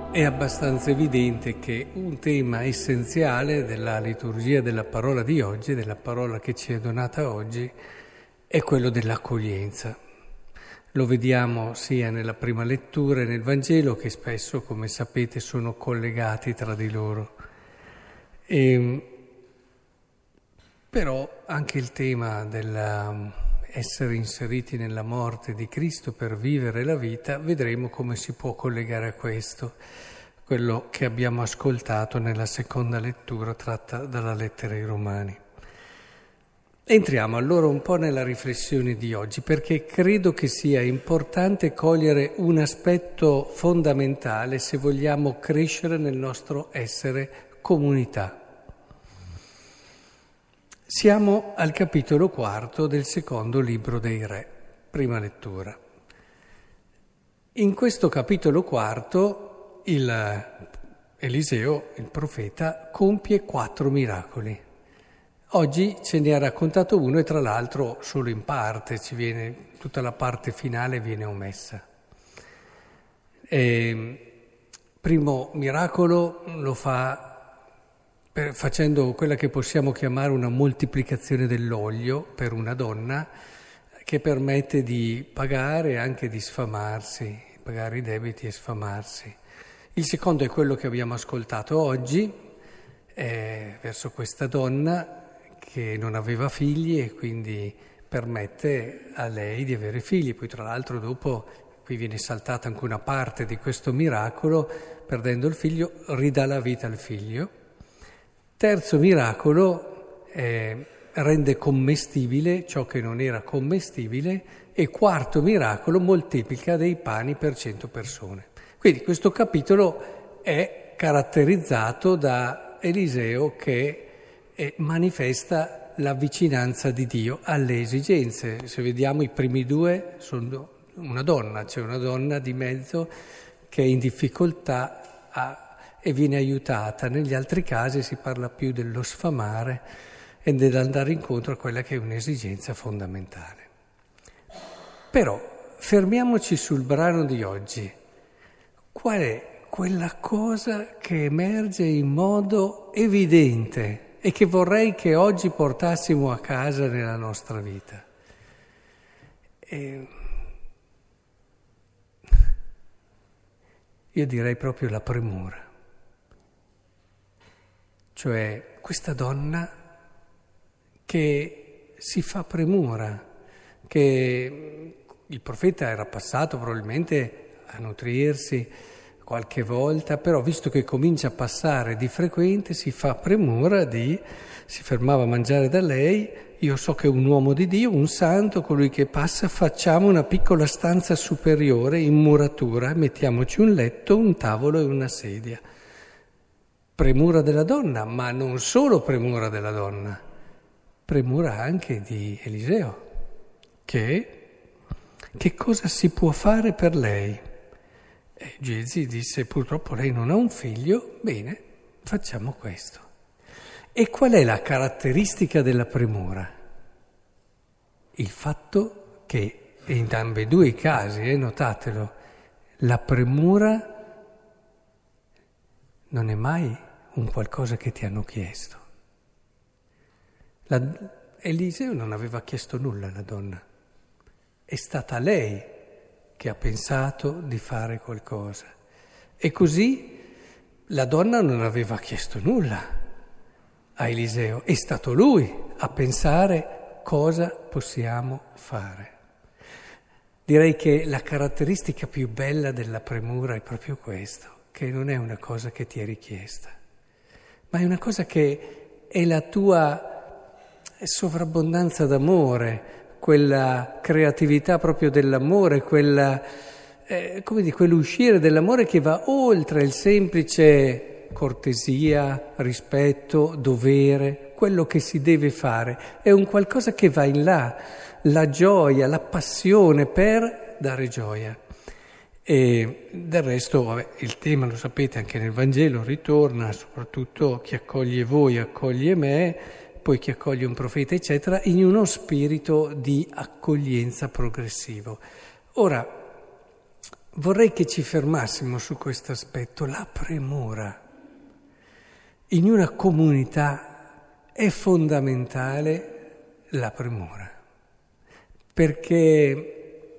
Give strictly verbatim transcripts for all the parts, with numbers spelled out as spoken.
È abbastanza evidente che un tema essenziale della liturgia della parola di oggi, della parola che ci è donata oggi, è quello dell'accoglienza. Lo vediamo sia nella prima lettura e nel Vangelo, che spesso, come sapete, sono collegati tra di loro. E, però anche il tema dell'essere inseriti nella morte di Cristo per vivere la vita, vedremo come si può collegare a questo, quello che abbiamo ascoltato nella seconda lettura tratta dalla lettera ai Romani. Entriamo allora un po' nella riflessione di oggi, perché credo che sia importante cogliere un aspetto fondamentale se vogliamo crescere nel nostro essere comunità. Siamo al capitolo quarto del secondo libro dei Re, prima lettura. In questo capitolo quarto il Eliseo, il profeta, compie quattro miracoli. Oggi ce ne ha raccontato uno e tra l'altro solo in parte, ci viene, tutta la parte finale viene omessa. E, primo miracolo lo fa per, facendo quella che possiamo chiamare una moltiplicazione dell'olio per una donna, che permette di pagare e anche di sfamarsi, pagare i debiti e sfamarsi. Il secondo è quello che abbiamo ascoltato oggi, eh, verso questa donna che non aveva figli e quindi permette a lei di avere figli. Poi tra l'altro dopo, qui viene saltata anche una parte di questo miracolo, perdendo il figlio ridà la vita al figlio. Terzo miracolo, eh, rende commestibile ciò che non era commestibile, e quarto miracolo, moltiplica dei pani per cento persone. Quindi questo capitolo è caratterizzato da Eliseo che eh, manifesta la vicinanza di Dio alle esigenze. Se vediamo i primi due sono una donna, c'è una donna di mezzo che è in difficoltà a, e viene aiutata. Negli altri casi si parla più dello sfamare e dell'andare incontro a quella che è un'esigenza fondamentale. Però fermiamoci sul brano di oggi. Qual è quella cosa che emerge in modo evidente e che vorrei che oggi portassimo a casa nella nostra vita? E io direi proprio la premura. Cioè questa donna che si fa premura, che il profeta era passato probabilmente a nutrirsi qualche volta, però visto che comincia a passare di frequente si fa premura di, si fermava a mangiare da lei. Io so che è un uomo di Dio, un santo, colui che passa, facciamo una piccola stanza superiore in muratura, mettiamoci un letto, un tavolo e una sedia. Premura della donna, ma non solo premura della donna, premura anche di Eliseo, che che cosa si può fare per lei? E Gezi disse: purtroppo lei non ha un figlio, bene, facciamo questo. E qual è la caratteristica della premura? Il fatto che, in ambedue i casi, eh, notatelo, la premura non è mai un qualcosa che ti hanno chiesto. La, Eliseo non aveva chiesto nulla alla donna, è stata lei che ha pensato di fare qualcosa. E così la donna non aveva chiesto nulla a Eliseo, è stato lui a pensare cosa possiamo fare. Direi che la caratteristica più bella della premura è proprio questo, che non è una cosa che ti è richiesta, ma è una cosa che è la tua sovrabbondanza d'amore, quella creatività proprio dell'amore, quella, eh, come dire, quell'uscire dell'amore che va oltre il semplice cortesia, rispetto, dovere, quello che si deve fare. È un qualcosa che va in là, la gioia, la passione per dare gioia. E del resto, vabbè, il tema lo sapete, anche nel Vangelo ritorna, soprattutto chi accoglie voi accoglie me, poi chi accoglie un profeta, eccetera, in uno spirito di accoglienza progressivo. Ora, vorrei che ci fermassimo su questo aspetto, la premura. In una comunità è fondamentale la premura, perché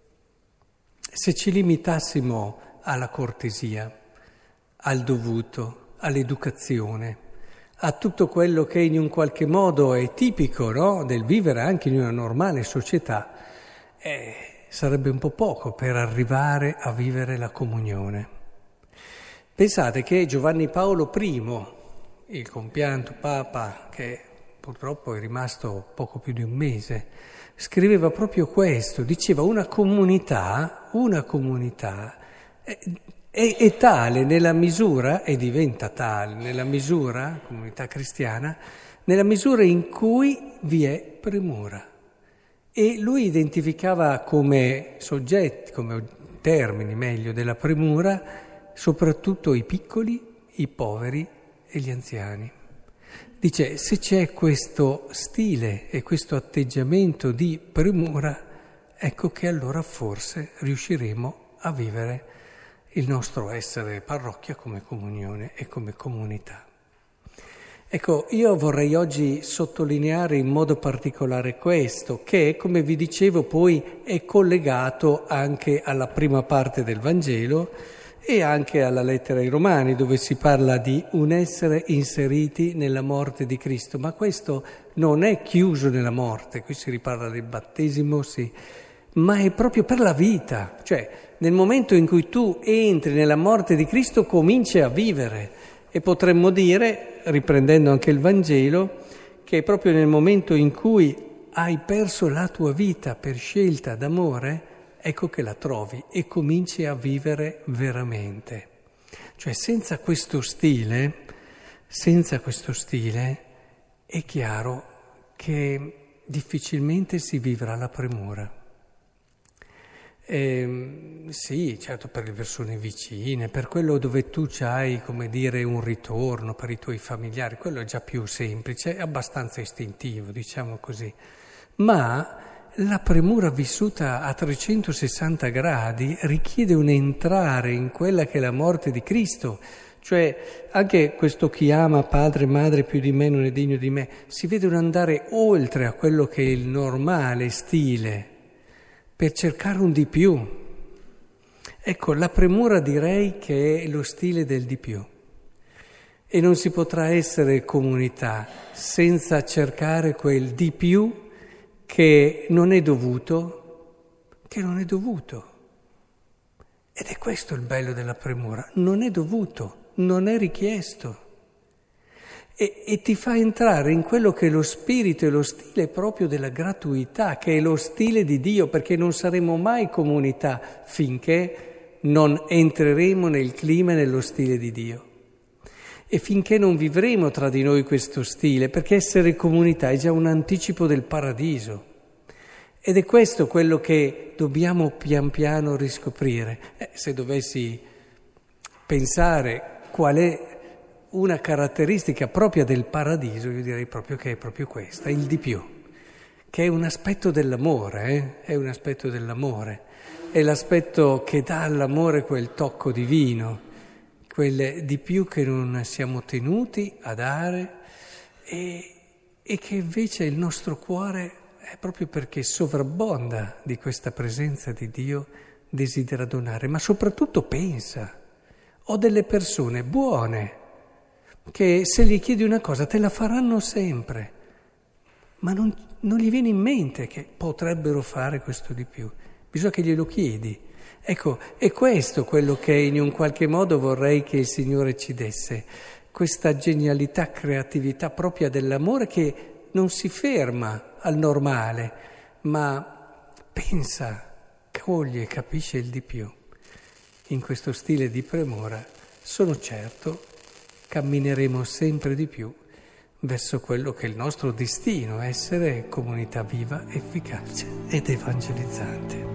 se ci limitassimo alla cortesia, al dovuto, all'educazione, a tutto quello che in un qualche modo è tipico, no? Del vivere anche in una normale società, eh, sarebbe un po' poco per arrivare a vivere la comunione. Pensate che Giovanni Paolo primo, il compianto Papa, che purtroppo è rimasto poco più di un mese, scriveva proprio questo, diceva una comunità, una comunità è, è, è tale nella misura, e diventa tale nella misura, comunità cristiana, nella misura in cui vi è premura. E lui identificava come soggetti, come termini meglio della premura, soprattutto i piccoli, i poveri e gli anziani. Dice, se c'è questo stile e questo atteggiamento di premura, ecco che allora forse riusciremo a vivere il nostro essere parrocchia come comunione e come comunità. Ecco, io vorrei oggi sottolineare in modo particolare questo, che, come vi dicevo, poi è collegato anche alla prima parte del Vangelo e anche alla lettera ai Romani, dove si parla di un essere inseriti nella morte di Cristo. Ma questo non è chiuso nella morte, qui si riparla del battesimo, sì, ma è proprio per la vita. Cioè, nel momento in cui tu entri nella morte di Cristo, cominci a vivere. E potremmo dire, riprendendo anche il Vangelo, che proprio nel momento in cui hai perso la tua vita per scelta d'amore, ecco che la trovi e cominci a vivere veramente. Cioè senza questo stile, senza questo stile, è chiaro che difficilmente si vivrà la premura. Eh, sì, certo, per le persone vicine, per quello dove tu c'hai, come dire, un ritorno, per i tuoi familiari, quello è già più semplice, è abbastanza istintivo, diciamo così. Ma la premura vissuta a trecentosessanta gradi richiede un entrare in quella che è la morte di Cristo. Cioè anche questo chi ama padre e madre più di me non è degno di me, si vede un andare oltre a quello che è il normale stile per cercare un di più. Ecco, la premura direi che è lo stile del di più. E non si potrà essere comunità senza cercare quel di più che non è dovuto, che non è dovuto. Ed è questo il bello della premura, non è dovuto, non è richiesto. E, e ti fa entrare in quello che è lo spirito e lo stile proprio della gratuità, che è lo stile di Dio, perché non saremo mai comunità finché non entreremo nel clima e nello stile di Dio. E finché non vivremo tra di noi questo stile, perché essere comunità è già un anticipo del paradiso. Ed è questo quello che dobbiamo pian piano riscoprire. Eh, se dovessi pensare qual è una caratteristica propria del paradiso, io direi proprio che è proprio questa, il di più, che è un aspetto dell'amore, eh? È un aspetto dell'amore, è l'aspetto che dà all'amore quel tocco divino, quel di più che non siamo tenuti a dare e, e che invece il nostro cuore, è proprio perché sovrabbonda di questa presenza di Dio, desidera donare, ma soprattutto pensa. Ho delle persone buone che se gli chiedi una cosa te la faranno sempre, ma non, non gli viene in mente che potrebbero fare questo di più. Bisogna che glielo chiedi. Ecco, è questo quello che in un qualche modo vorrei che il Signore ci desse, questa genialità, creatività propria dell'amore che non si ferma al normale, ma pensa, coglie, capisce il di più. In questo stile di premura, sono certo, cammineremo sempre di più verso quello che è il nostro destino, essere comunità viva, efficace ed evangelizzante.